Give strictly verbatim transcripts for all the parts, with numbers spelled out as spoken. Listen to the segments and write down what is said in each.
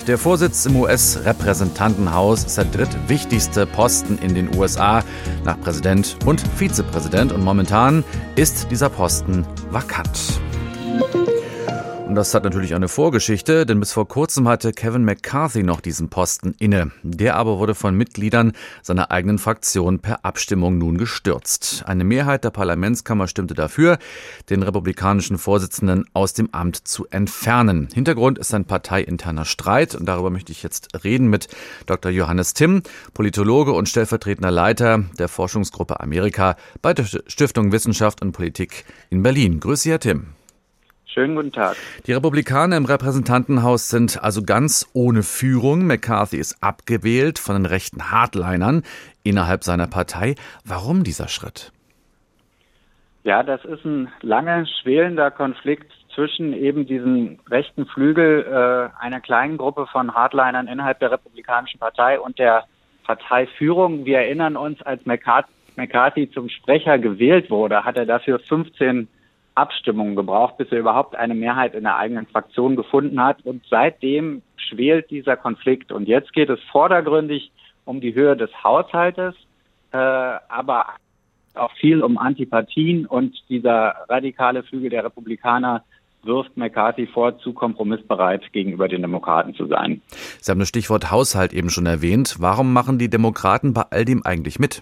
Der Vorsitz im U S-Repräsentantenhaus ist der drittwichtigste Posten in den U S A nach Präsident und Vizepräsident. Und momentan ist dieser Posten vakant. Und das hat natürlich eine Vorgeschichte, denn bis vor kurzem hatte Kevin McCarthy noch diesen Posten inne. Der aber wurde von Mitgliedern seiner eigenen Fraktion per Abstimmung nun gestürzt. Eine Mehrheit der Parlamentskammer stimmte dafür, den republikanischen Vorsitzenden aus dem Amt zu entfernen. Hintergrund ist ein parteiinterner Streit und darüber möchte ich jetzt reden mit Doktor Johannes Timm, Politologe und stellvertretender Leiter der Forschungsgruppe Amerika bei der Stiftung Wissenschaft und Politik in Berlin. Grüße Sie, Herr Timm. Schönen guten Tag. Die Republikaner im Repräsentantenhaus sind also ganz ohne Führung. McCarthy ist abgewählt von den rechten Hardlinern innerhalb seiner Partei. Warum dieser Schritt? Ja, das ist ein lange schwelender Konflikt zwischen eben diesem rechten Flügel äh, einer kleinen Gruppe von Hardlinern innerhalb der Republikanischen Partei und der Parteiführung. Wir erinnern uns, als McCarthy zum Sprecher gewählt wurde, hat er dafür fünfzehn Abstimmungen gebraucht, bis er überhaupt eine Mehrheit in der eigenen Fraktion gefunden hat. Und seitdem schwelt dieser Konflikt. Und jetzt geht es vordergründig um die Höhe des Haushaltes, äh, aber auch viel um Antipathien. Und dieser radikale Flügel der Republikaner wirft McCarthy vor, zu kompromissbereit gegenüber den Demokraten zu sein. Sie haben das Stichwort Haushalt eben schon erwähnt. Warum machen die Demokraten bei all dem eigentlich mit?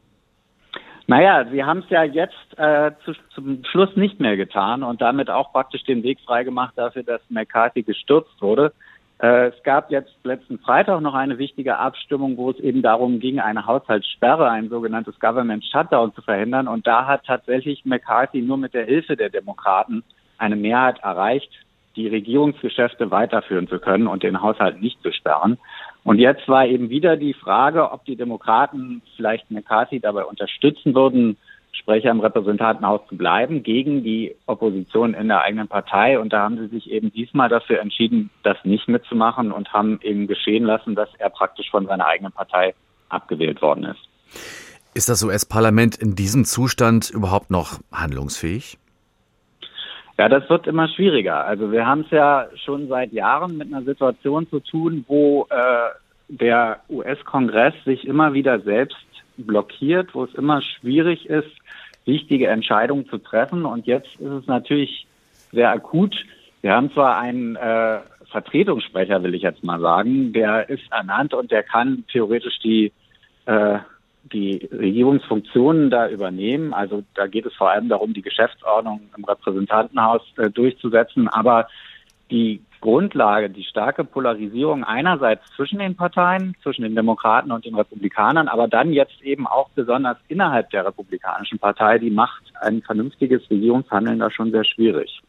Naja, sie haben es ja jetzt äh, zu, zum Schluss nicht mehr getan und damit auch praktisch den Weg freigemacht dafür, dass McCarthy gestürzt wurde. Äh, es gab jetzt letzten Freitag noch eine wichtige Abstimmung, wo es eben darum ging, eine Haushaltssperre, ein sogenanntes Government Shutdown zu verhindern. Und da hat tatsächlich McCarthy nur mit der Hilfe der Demokraten eine Mehrheit erreicht, die Regierungsgeschäfte weiterführen zu können und den Haushalt nicht zu sperren. Und jetzt war eben wieder die Frage, ob die Demokraten vielleicht McCarthy dabei unterstützen würden, Sprecher im Repräsentantenhaus zu bleiben, gegen die Opposition in der eigenen Partei. Und da haben sie sich eben diesmal dafür entschieden, das nicht mitzumachen und haben eben geschehen lassen, dass er praktisch von seiner eigenen Partei abgewählt worden ist. Ist das U S-Parlament in diesem Zustand überhaupt noch handlungsfähig? Ja, das wird immer schwieriger. Also wir haben es ja schon seit Jahren mit einer Situation zu tun, wo äh, der U S-Kongress sich immer wieder selbst blockiert, wo es immer schwierig ist, wichtige Entscheidungen zu treffen. Und jetzt ist es natürlich sehr akut. Wir haben zwar einen äh, Vertretungssprecher, will ich jetzt mal sagen, der ist ernannt und der kann theoretisch die äh, die Regierungsfunktionen da übernehmen. Also da geht es vor allem darum, die Geschäftsordnung im Repräsentantenhaus äh, durchzusetzen. Aber die Grundlage, die starke Polarisierung einerseits zwischen den Parteien, zwischen den Demokraten und den Republikanern, aber dann jetzt eben auch besonders innerhalb der Republikanischen Partei, die macht ein vernünftiges Regierungshandeln da schon sehr schwierig.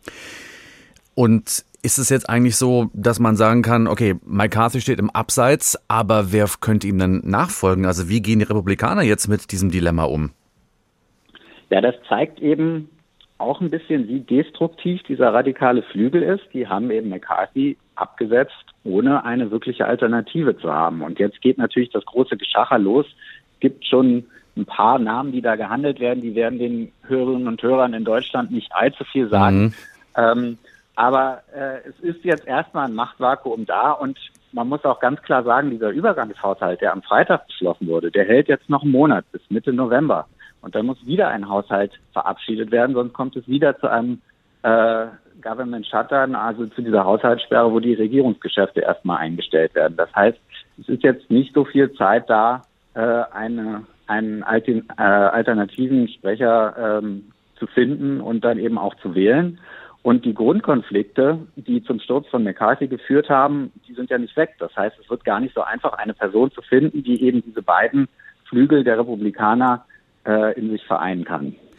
Und ist es jetzt eigentlich so, dass man sagen kann, okay, McCarthy steht im Abseits, aber wer könnte ihm dann nachfolgen? Also wie gehen die Republikaner jetzt mit diesem Dilemma um? Ja, das zeigt eben auch ein bisschen, wie destruktiv dieser radikale Flügel ist. Die haben eben McCarthy abgesetzt, ohne eine wirkliche Alternative zu haben. Und jetzt geht natürlich das große Geschacher los. Es gibt schon ein paar Namen, die da gehandelt werden. Die werden den Hörerinnen und Hörern in Deutschland nicht allzu viel sagen. Mhm. Ähm, Aber äh, es ist jetzt erstmal ein Machtvakuum da und man muss auch ganz klar sagen, dieser Übergangshaushalt, der am Freitag beschlossen wurde, der hält jetzt noch einen Monat bis Mitte November. Und dann muss wieder ein Haushalt verabschiedet werden, sonst kommt es wieder zu einem äh, Government Shutdown, also zu dieser Haushaltssperre, wo die Regierungsgeschäfte erstmal eingestellt werden. Das heißt, es ist jetzt nicht so viel Zeit da, äh, eine, einen Altin, äh, alternativen Sprecher ähm, zu finden und dann eben auch zu wählen. Und die Grundkonflikte, die zum Sturz von McCarthy geführt haben, die sind ja nicht weg. Das heißt, es wird gar nicht so einfach, eine Person zu finden, die eben diese beiden Flügel der Republikaner äh, in sich vereinen kann.